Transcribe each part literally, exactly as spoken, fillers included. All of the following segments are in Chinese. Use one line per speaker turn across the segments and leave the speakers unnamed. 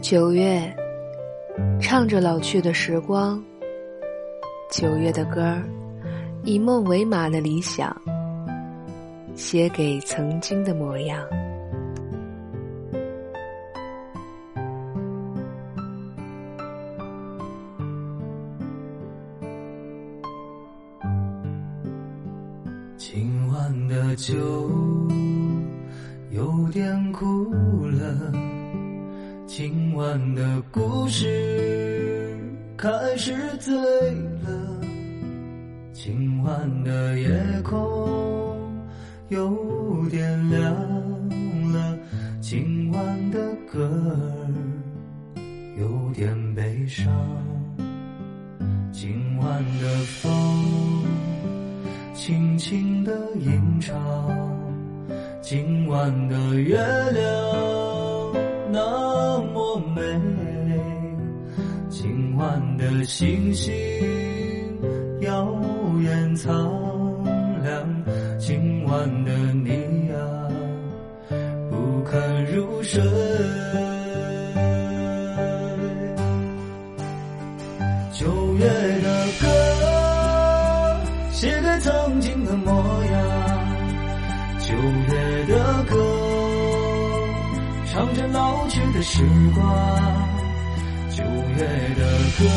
九月，唱着老去的时光，九月的歌儿，以梦为马的理想，写给曾经的模样。
今晚的酒有点苦了，今晚的故事开始醉了，今晚的夜空有点亮了，今晚的歌儿有点悲伤，今晚的风轻轻地吟唱，今晚的月亮那么美，今晚的星星耀眼苍亮，今晚的你啊不肯入睡。九月的歌写给曾经的模样，九月的歌唱着老去的时光，九月的歌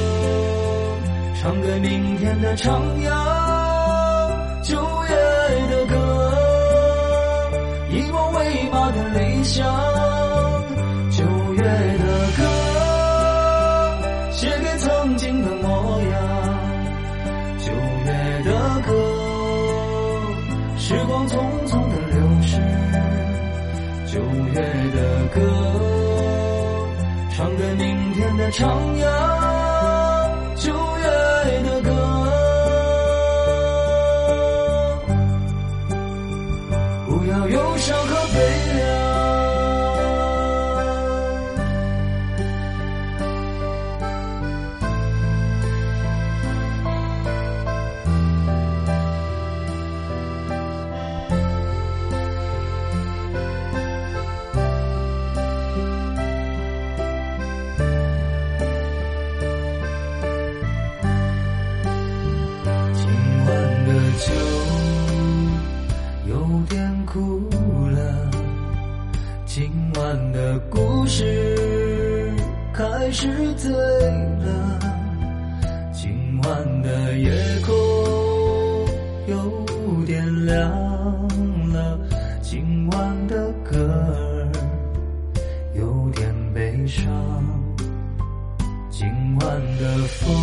唱给明天的徜徉，九月的歌以梦为马的理想，九月的歌写给曾经的模样，九月的歌时光匆匆的流逝，九月的歌唱给明天的徜徉，九月的歌不要忧伤和悲凉。酒有点苦了，今晚的故事开始醉了，今晚的夜空有点亮了，今晚的歌儿有点悲伤，今晚的风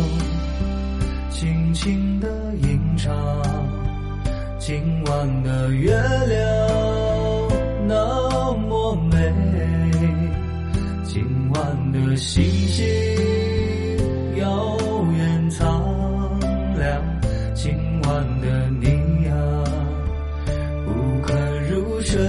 轻轻地吟唱，今晚的月亮那么美，今晚的星星耀眼苍亮，今晚的你啊不肯入睡。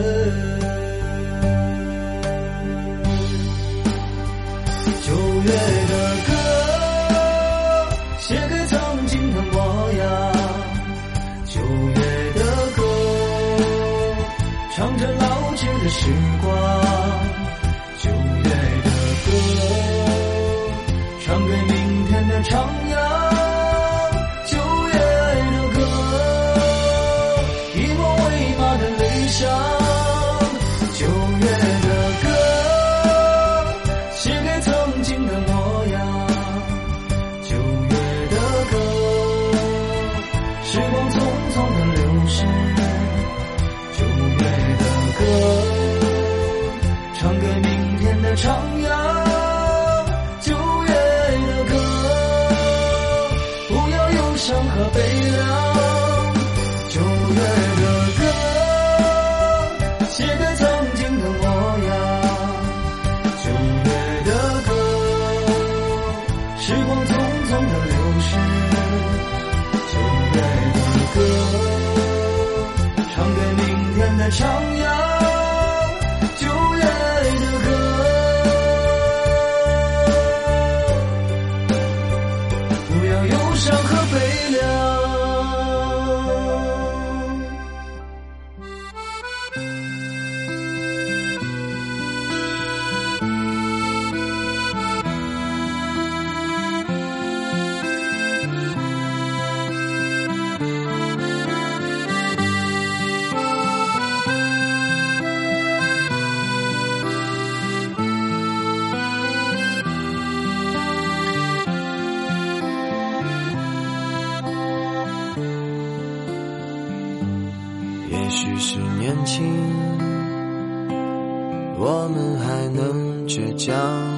九月的歌写给曾经的模样，九月的歌唱着老去的时光，九月的歌唱给明天的徜徉，九月的歌以梦为马的理想，九月的歌写给曾经的模样，九月的歌时光匆匆的流逝，九月的歌唱给明天的徜徉，九月的歌不要忧伤和悲凉，九月的歌写给曾经的模样，九月的歌时光匆匆的流逝，九月的歌唱给明天的徜徉，九月的歌不要忧伤和悲凉。 许是年轻，我们还能倔强，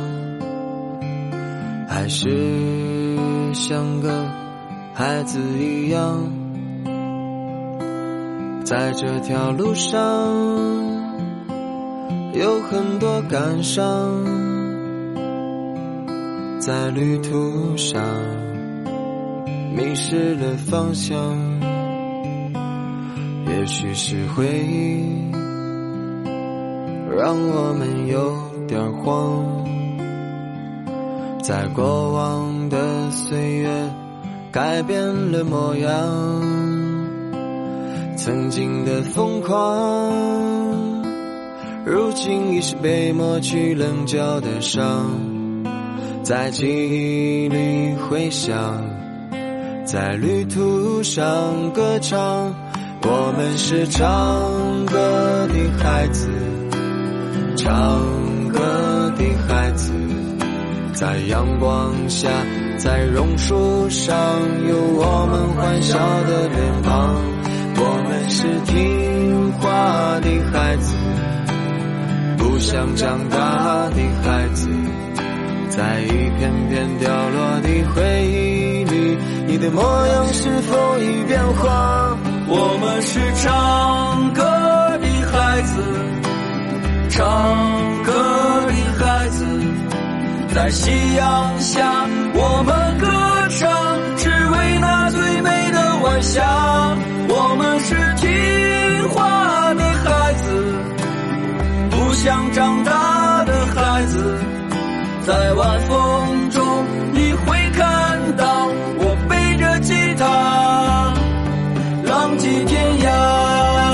还是像个孩子一样，在这条路上有很多感伤，在旅途上迷失了方向，也许是回忆让我们有点慌，在过往的岁月改变了模样，曾经的疯狂如今已是被抹去棱角的伤，在记忆里回响，在旅途上歌唱，我们是唱歌的孩子，唱歌的孩子，在阳光下，在榕树上有我们欢笑的脸庞，我们是听话的孩子，不想长大的孩子，在一片片掉落的回忆里，你的模样是否已变化？
我们是唱歌的孩子，唱歌的孩子，在夕阳下我们歌唱，只为那最美的晚霞。我们是听话的孩子，不想长大的孩子，在晚风中你会看到我背着吉他浪迹天涯。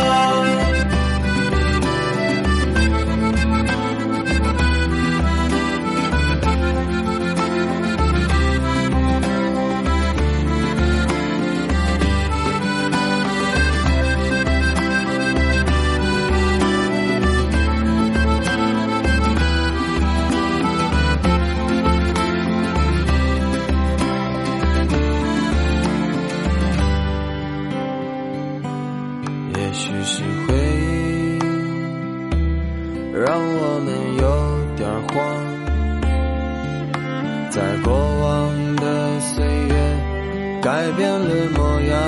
也许是回忆让我们有点慌，在过往的岁月改变了模样，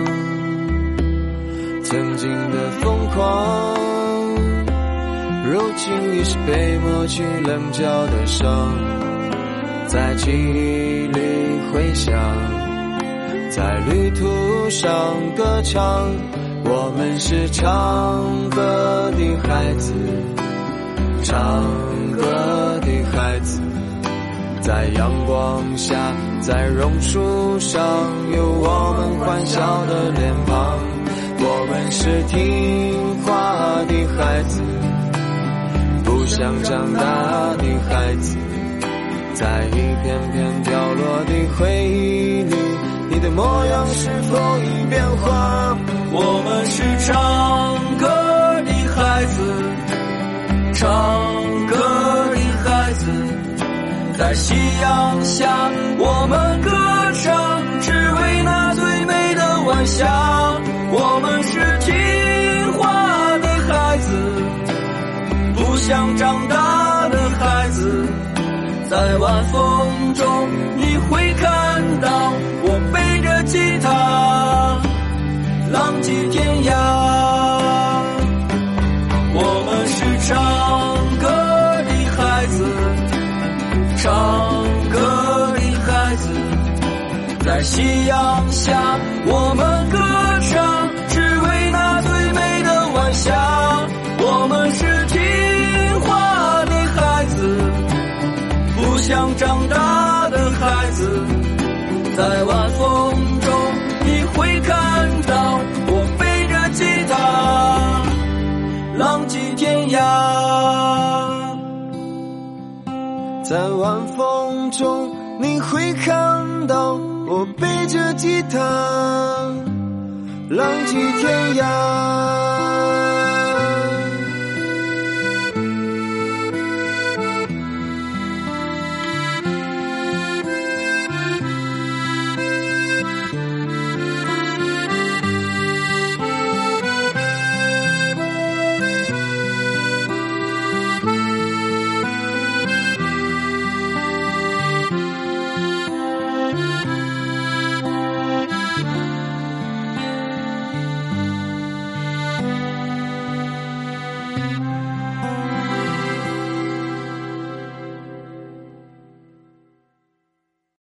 曾经的疯狂如今已是被抹去棱角的伤，在记忆里回响，在旅途上歌唱，我们是唱歌的孩子，唱歌的孩子，在阳光下，在榕树上有我们欢笑的脸庞，我们是听话的孩子，不想长大的孩子，在一片片掉落的回忆里，你的模样是否已变化？
我们是唱歌的孩子，唱歌的孩子，在夕阳下我们歌唱，只为那最美的晚霞。我们是听话的孩子，不想长大的孩子，在晚风中你会看到我背着吉他浪迹天涯。我们是唱歌的孩子，唱歌的孩子，在夕阳下我们歌唱，只为那最美的晚霞。我们是听话的孩子，不想长大的孩子，在晚风中你会看到我背着吉他浪迹天涯。
在晚风中你会看到我背着吉他浪迹天涯。